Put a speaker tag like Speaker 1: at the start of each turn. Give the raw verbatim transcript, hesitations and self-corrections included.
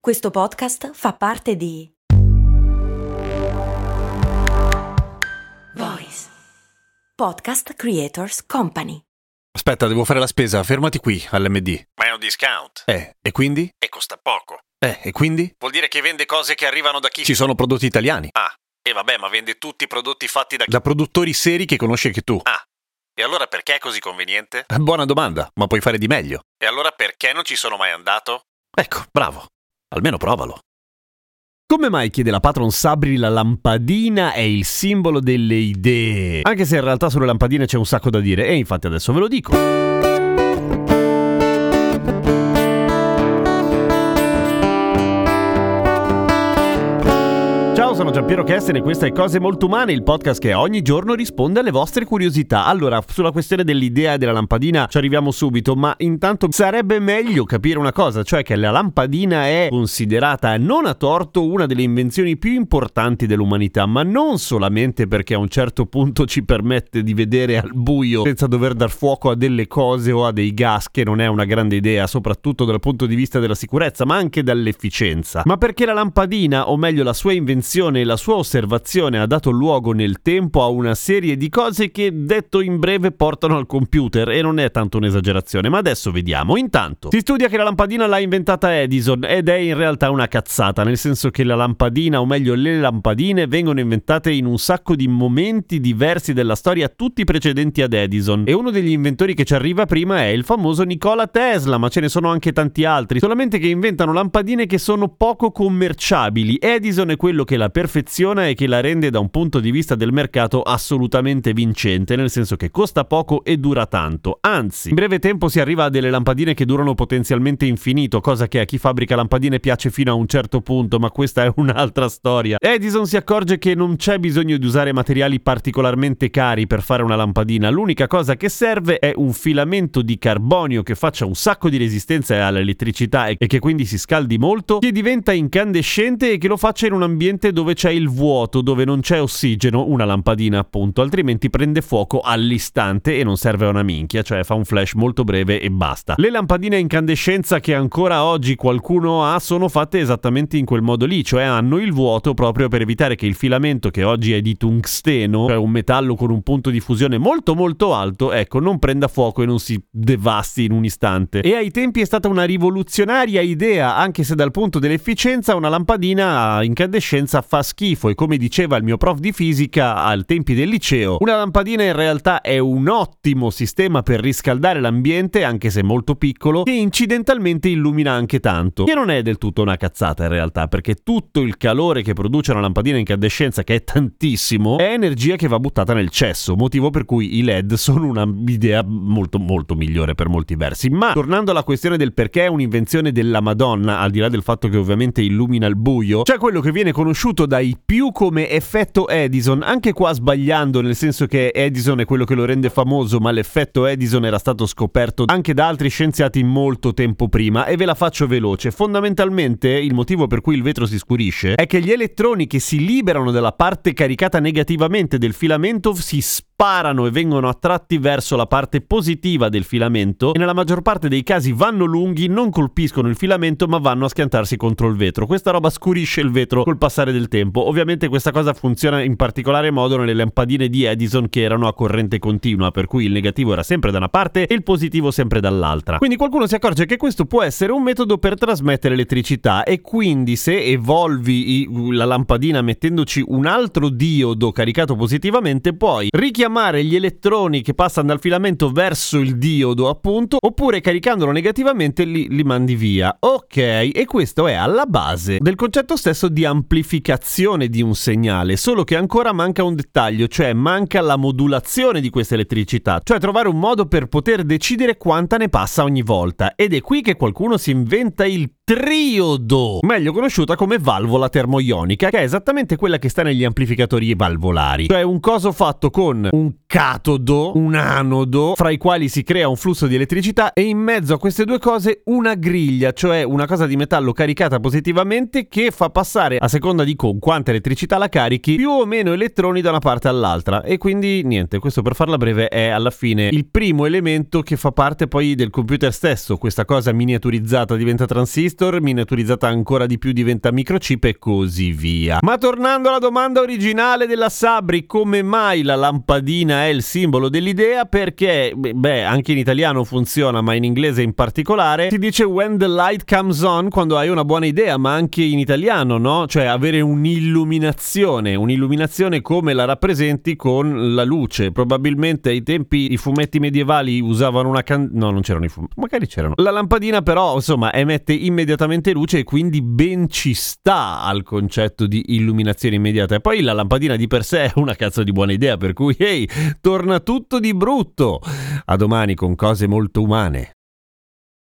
Speaker 1: Questo podcast fa parte di Voice Podcast Creators Company.
Speaker 2: Aspetta, devo fare la spesa, fermati qui all'M D.
Speaker 3: Ma è un discount.
Speaker 2: Eh, e quindi?
Speaker 3: E costa poco.
Speaker 2: Eh, e quindi?
Speaker 3: Vuol dire che vende cose che arrivano da chi?
Speaker 2: Ci sono prodotti italiani.
Speaker 3: Ah, e vabbè, ma vende tutti i prodotti fatti da chi?
Speaker 2: Da produttori seri che conosci anche tu.
Speaker 3: Ah, e allora perché è così conveniente?
Speaker 2: Buona domanda, ma puoi fare di meglio.
Speaker 3: E allora perché non ci sono mai andato?
Speaker 2: Ecco, bravo. Almeno provalo. Come mai, chiede la patron Sabri, la lampadina è il simbolo delle idee? Anche se in realtà sulle lampadine c'è un sacco da dire, e infatti adesso ve lo dico. Ciao, sono Giampiero Kesten e questa è Cose Molto Umane, il podcast che ogni giorno risponde alle vostre curiosità. Allora, sulla questione dell'idea della lampadina ci arriviamo subito, ma intanto sarebbe meglio capire una cosa, cioè che la lampadina è considerata non a torto una delle invenzioni più importanti dell'umanità, ma non solamente perché a un certo punto ci permette di vedere al buio senza dover dar fuoco a delle cose o a dei gas, che non è una grande idea, soprattutto dal punto di vista della sicurezza, ma anche dall'efficienza, ma perché la lampadina, o meglio la sua invenzione e la sua osservazione, ha dato luogo nel tempo a una serie di cose che, detto in breve, portano al computer, e non è tanto un'esagerazione, ma adesso vediamo. Intanto si studia che la lampadina l'ha inventata Edison, ed è in realtà una cazzata, nel senso che la lampadina, o meglio le lampadine, vengono inventate in un sacco di momenti diversi della storia, tutti precedenti ad Edison, e uno degli inventori che ci arriva prima è il famoso Nikola Tesla, ma ce ne sono anche tanti altri, solamente che inventano lampadine che sono poco commerciabili. Edison è quello che la perfeziona e che la rende da un punto di vista del mercato assolutamente vincente, nel senso che costa poco e dura tanto, anzi in breve tempo si arriva a delle lampadine che durano potenzialmente infinito, cosa che a chi fabbrica lampadine piace fino a un certo punto, ma questa è un'altra storia. Edison si accorge che non c'è bisogno di usare materiali particolarmente cari per fare una lampadina, l'unica cosa che serve è un filamento di carbonio che faccia un sacco di resistenza all'elettricità e che quindi si scaldi molto, che diventa incandescente e che lo faccia in un ambiente dove c'è il vuoto, dove non c'è ossigeno, una lampadina appunto, altrimenti prende fuoco all'istante e non serve a una minchia, cioè fa un flash molto breve e basta. Le lampadine a incandescenza che ancora oggi qualcuno ha sono fatte esattamente in quel modo lì, cioè hanno il vuoto proprio per evitare che il filamento, che oggi è di tungsteno, cioè un metallo con un punto di fusione molto molto alto, ecco, non prenda fuoco e non si devasti in un istante. E ai tempi è stata una rivoluzionaria idea, anche se dal punto dell'efficienza una lampadina a incandescenza fa schifo, e come diceva il mio prof di fisica al tempi del liceo, una lampadina in realtà è un ottimo sistema per riscaldare l'ambiente, anche se molto piccolo, che incidentalmente illumina anche tanto, che non è del tutto una cazzata in realtà, perché tutto il calore che produce una lampadina a incandescenza, che è tantissimo, è energia che va buttata nel cesso, motivo per cui i L E D sono un'idea molto molto migliore per molti versi. Ma tornando alla questione del perché è un'invenzione della Madonna, al di là del fatto che ovviamente illumina il buio, c'è quello che viene conosciuto dai più come effetto Edison, anche qua sbagliando, nel senso che Edison è quello che lo rende famoso, ma l'effetto Edison era stato scoperto anche da altri scienziati molto tempo prima, e ve la faccio veloce. Fondamentalmente il motivo per cui il vetro si scurisce è che gli elettroni che si liberano dalla parte caricata negativamente del filamento si sparano e vengono attratti verso la parte positiva del filamento, e nella maggior parte dei casi vanno lunghi, non colpiscono il filamento ma vanno a schiantarsi contro il vetro. Questa roba scurisce il vetro col passare del tempo. Ovviamente questa cosa funziona in particolare modo nelle lampadine di Edison, che erano a corrente continua, per cui il negativo era sempre da una parte e il positivo sempre dall'altra. Quindi qualcuno si accorge che questo può essere un metodo per trasmettere elettricità, e quindi se evolvi i, la lampadina mettendoci un altro diodo caricato positivamente, puoi richiamare gli elettroni che passano dal filamento verso il diodo appunto, oppure caricandolo negativamente li, li mandi via. Ok, e questo è alla base del concetto stesso di amplificazione di un segnale, solo che ancora manca un dettaglio, cioè manca la modulazione di questa elettricità, cioè trovare un modo per poter decidere quanta ne passa ogni volta, ed è qui che qualcuno si inventa il triodo, meglio conosciuta come valvola termoionica, che è esattamente quella che sta negli amplificatori valvolari, cioè un coso fatto con un catodo, un anodo, fra i quali si crea un flusso di elettricità, e in mezzo a queste due cose una griglia, cioè una cosa di metallo caricata positivamente che fa passare, a seconda di con quanta elettricità la carichi, più o meno elettroni da una parte all'altra. E quindi niente, questo per farla breve è alla fine il primo elemento che fa parte poi del computer stesso. Questa cosa miniaturizzata diventa transistor, transistor, miniaturizzata ancora di più diventa microchip e così via. Ma tornando alla domanda originale della Sabri, come mai la lampadina è il simbolo dell'idea? Perché, beh, anche in italiano funziona, ma in inglese in particolare, si dice when the light comes on, quando hai una buona idea, ma anche in italiano, no? Cioè avere un'illuminazione, un'illuminazione come la rappresenti con la luce. Probabilmente ai tempi i fumetti medievali usavano una can... no, non c'erano i fumetti, magari c'erano. La lampadina però, insomma, emette immediatamente luce e quindi ben ci sta al concetto di illuminazione immediata. E poi la lampadina di per sé è una cazzo di buona idea, per cui, ehi, hey, torna tutto di brutto. A domani con cose molto umane.